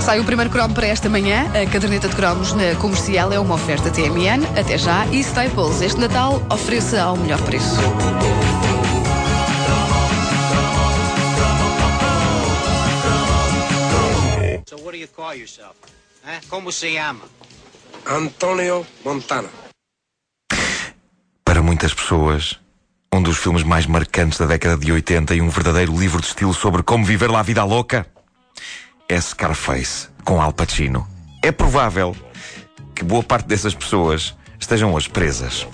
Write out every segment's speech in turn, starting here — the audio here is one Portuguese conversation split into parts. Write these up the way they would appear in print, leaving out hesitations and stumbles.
Sai o primeiro cromo para esta manhã. A caderneta de cromos na Comercial é uma oferta TMN. Até já. E Staples, este Natal, ofereça ao melhor preço. So what do you call yourself? Como se chama? Antonio Montana. Para muitas pessoas, um dos filmes mais marcantes da década de 80 e um verdadeiro livro de estilo sobre como viver lá a vida louca é Scarface, com Al Pacino. É provável que boa parte dessas pessoas estejam hoje presas.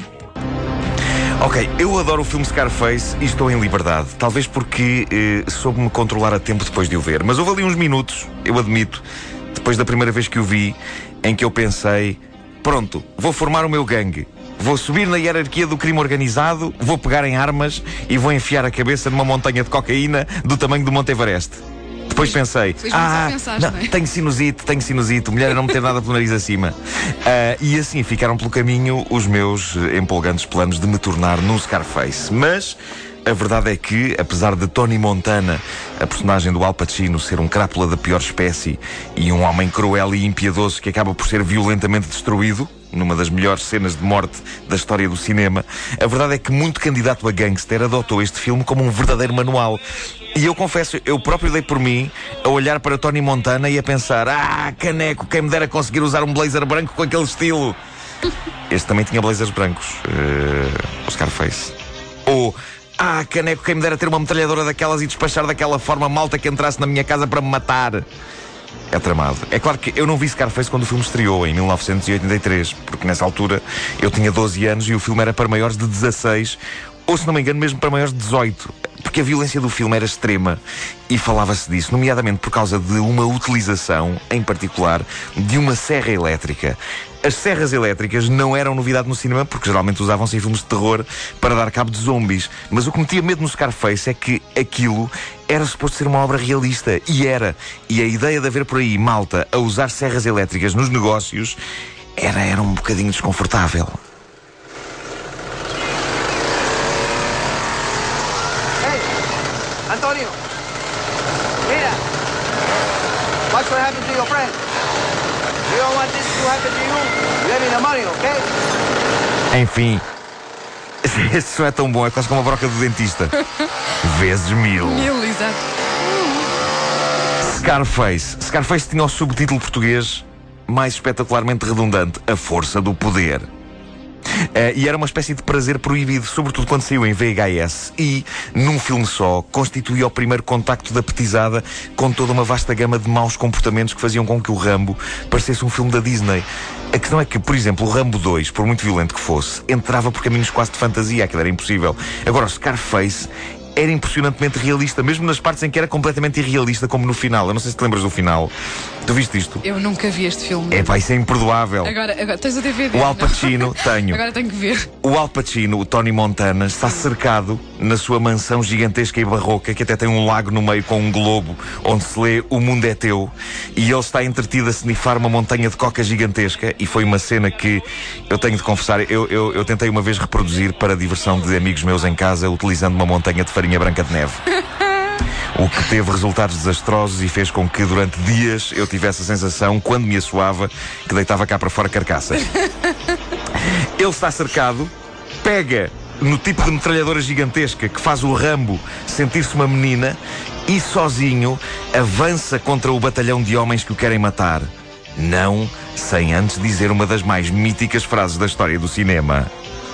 Ok, eu adoro o filme Scarface e estou em liberdade. Talvez porque soube-me controlar a tempo depois de o ver. Mas houve ali uns minutos, eu admito, depois da primeira vez que o vi, em que eu pensei: pronto, vou formar o meu gangue. Vou subir na hierarquia do crime organizado, vou pegar em armas e vou enfiar a cabeça numa montanha de cocaína do tamanho do Monte Everest. Depois pensei, tenho sinusite, mulher a não meter nada pelo nariz acima. E assim ficaram pelo caminho os meus empolgantes planos de me tornar num Scarface. Mas a verdade é que, apesar de Tony Montana, a personagem do Al Pacino, ser um crápula da pior espécie e um homem cruel e impiedoso que acaba por ser violentamente destruído numa das melhores cenas de morte da história do cinema, a verdade é que muito candidato a gangster adotou este filme como um verdadeiro manual. E eu confesso, eu próprio dei por mim a olhar para Tony Montana e a pensar: caneco, quem me dera conseguir usar um blazer branco com aquele estilo. Este também tinha blazers brancos, o Scarface. Ou caneco, quem me dera ter uma metralhadora daquelas e despachar daquela forma malta que entrasse na minha casa para me matar. É tramado. É claro que eu não vi Scarface quando o filme estreou, em 1983, porque nessa altura eu tinha 12 anos e o filme era para maiores de 16, ou se não me engano mesmo para maiores de 18, porque a violência do filme era extrema e falava-se disso, nomeadamente por causa de uma utilização, em particular, de uma serra elétrica. As serras elétricas não eram novidade no cinema, porque geralmente usavam-se em filmes de terror para dar cabo de zombies. Mas o que metia medo no Scarface é que aquilo era suposto ser uma obra realista. E era. E a ideia de haver por aí malta a usar serras elétricas nos negócios era um bocadinho desconfortável. Hey, Antonio. Mira. Watch what happened to your friend. You don't want this to happen to you. You have me the money, okay? Enfim. Esse som é tão bom, é quase como a broca do dentista. Vezes 1000. Exato. Scarface tinha o subtítulo português mais espetacularmente redundante: A Força do Poder. E era uma espécie de prazer proibido, sobretudo quando saiu em VHS e, num filme só, constituía o primeiro contacto da petizada com toda uma vasta gama de maus comportamentos que faziam com que o Rambo parecesse um filme da Disney. A questão é que, por exemplo, o Rambo 2, por muito violento que fosse, entrava por caminhos quase de fantasia, aquilo era impossível. Agora, o Scarface era impressionantemente realista, mesmo nas partes em que era completamente irrealista, como no final. Eu não sei se te lembras do final. Tu viste isto? Eu nunca vi este filme. Isso é imperdoável. Agora tens o DVD. O Al Pacino, tenho. Agora tenho que ver. O Al Pacino, o Tony Montana, está cercado na sua mansão gigantesca e barroca, que até tem um lago no meio com um globo, onde se lê "O mundo é teu", e ele está entretido a snifar uma montanha de coca gigantesca, e foi uma cena que, eu tenho de confessar, eu tentei uma vez reproduzir para a diversão de amigos meus em casa, utilizando uma montanha de farinha branca de neve. O que teve resultados desastrosos e fez com que durante dias eu tivesse a sensação, quando me assoava, que deitava cá para fora carcaças. Ele está cercado, pega no tipo de metralhadora gigantesca que faz o Rambo sentir-se uma menina e sozinho avança contra o batalhão de homens que o querem matar. Não sem antes dizer uma das mais míticas frases da história do cinema.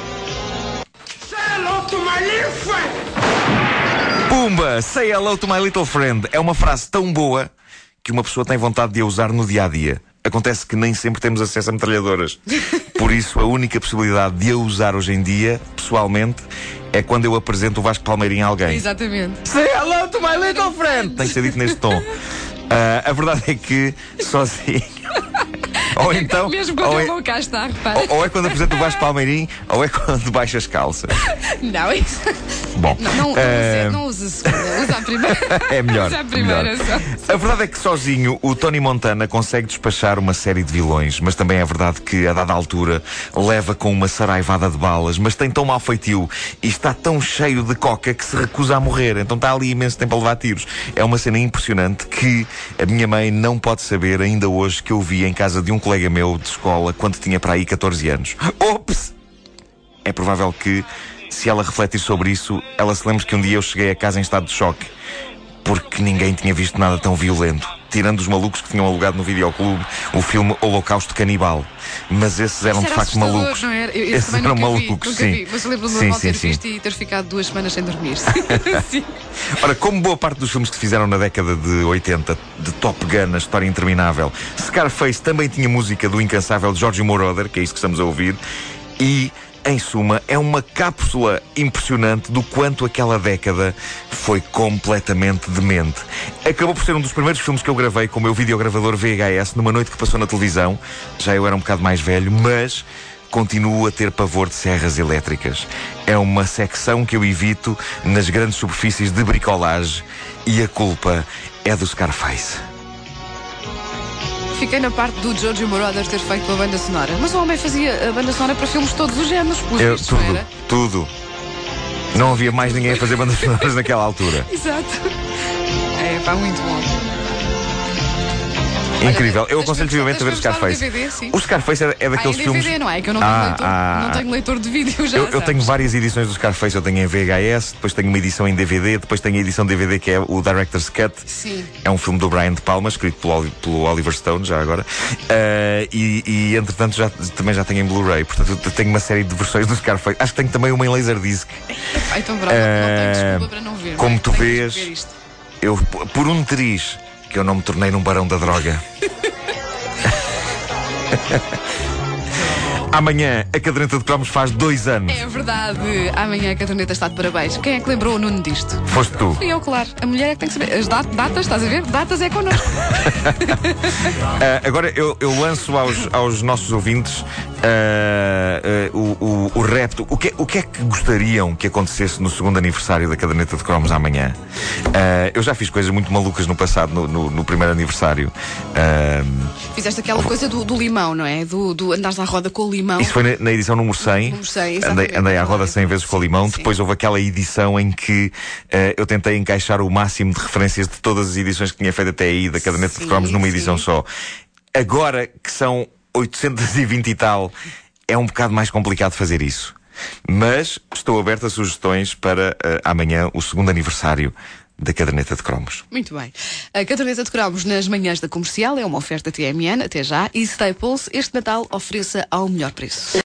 Pumba! Say hello to my little friend. É uma frase tão boa que uma pessoa tem vontade de a usar no dia-a-dia. Acontece que nem sempre temos acesso a metralhadoras. Por isso, a única possibilidade de a usar hoje em dia, pessoalmente, é quando eu apresento o Vasco Palmeirinho a alguém. Exatamente. Say hello to my little friend! Tem que ser dito neste tom. A verdade é que, sozinho... Ou então... Mesmo quando eu vou cá estar, repara. Ou é quando apresento o Vasco Palmeirinho, ou é quando baixo as calças. Não, isso... Bom, Não use a segunda, usa a primeira. é melhor. Usa a primeira melhor. só. A verdade é que sozinho o Tony Montana consegue despachar uma série de vilões, mas também é verdade que a dada altura leva com uma saraivada de balas, mas tem tão mau feitio e está tão cheio de coca que se recusa a morrer, então está ali imenso tempo a levar tiros. É uma cena impressionante que a minha mãe não pode saber ainda hoje, que eu vi em casa de um colega meu de escola quando tinha para aí 14 anos. Ops! É provável que, se ela refletir sobre isso, ela se lembre que um dia eu cheguei a casa em estado de choque, porque ninguém tinha visto nada tão violento, tirando os malucos que tinham alugado no videoclube o filme Holocausto Canibal. Mas esses eram de facto malucos. Não era? Esses eram malucos, sim. Vi. Mas eu lembro-me de ter visto e ter ficado 2 semanas sem dormir. Sim. Ora, como boa parte dos filmes que se fizeram na década de 80, de Top Gun, a história interminável, Scarface também tinha música do incansável Giorgio Moroder, que é isso que estamos a ouvir, e, em suma, é uma cápsula impressionante do quanto aquela década foi completamente demente. Acabou por ser um dos primeiros filmes que eu gravei com o meu videogravador VHS numa noite que passou na televisão. Já eu era um bocado mais velho, mas continuo a ter pavor de serras elétricas. É uma secção que eu evito nas grandes superfícies de bricolagem e a culpa é do Scarface. Fiquei na parte do Giorgio Moroder ter feito a banda sonora. Mas o homem fazia a banda sonora para filmes de todos os géneros, pelos vistos, não era? Tudo. Não havia mais ninguém a fazer bandas sonoras naquela altura. Exato. É, pá, muito bom. Incrível. Olha, Eu aconselho vivamente a ver o Scarface. DVD, o Scarface é daqueles em filmes. DVD, não é? Que eu não tenho leitor de vídeo já. Eu tenho várias edições do Scarface. Eu tenho em VHS, depois tenho uma edição em DVD, depois tenho a edição DVD que é o Director's Cut. Sim. É um filme do Brian De Palma, escrito pelo Oliver Stone, já agora. E entretanto também já tenho em Blu-ray. Portanto, eu tenho uma série de versões do Scarface. Acho que tenho também uma em Laserdisc. Então, pronto, não tenho desculpa para não ver. Como tu vês, eu, por um triz, que eu não me tornei num barão da droga. Amanhã a caderneta de cromos faz 2 anos. É verdade. Amanhã a caderneta está de parabéns. Quem é que lembrou o Nuno disto? Foste tu. Fui eu, claro. A mulher é que tem que saber. As datas, estás a ver? Datas é connosco. Agora eu lanço aos nossos ouvintes o repto. O que é que gostariam que acontecesse no 2º aniversário da caderneta de cromos amanhã? Eu já fiz coisas muito malucas no passado, no 1º aniversário. Fizeste aquela coisa do limão, não é? Do andares à roda com o limão. Isso foi na edição número 100. Número 100, andei à roda 100 vezes com o limão. Sim. Depois houve aquela edição em que eu tentei encaixar o máximo de referências de todas as edições que tinha feito até aí da caderneta de cromos numa edição só. Agora que são 820 e tal, é um bocado mais complicado fazer isso. Mas estou aberto a sugestões para amanhã, o 2º aniversário da caderneta de cromos. Muito bem. A caderneta de cromos nas manhãs da Comercial é uma oferta TMN, até já, e Staples, este Natal ofereça ao melhor preço.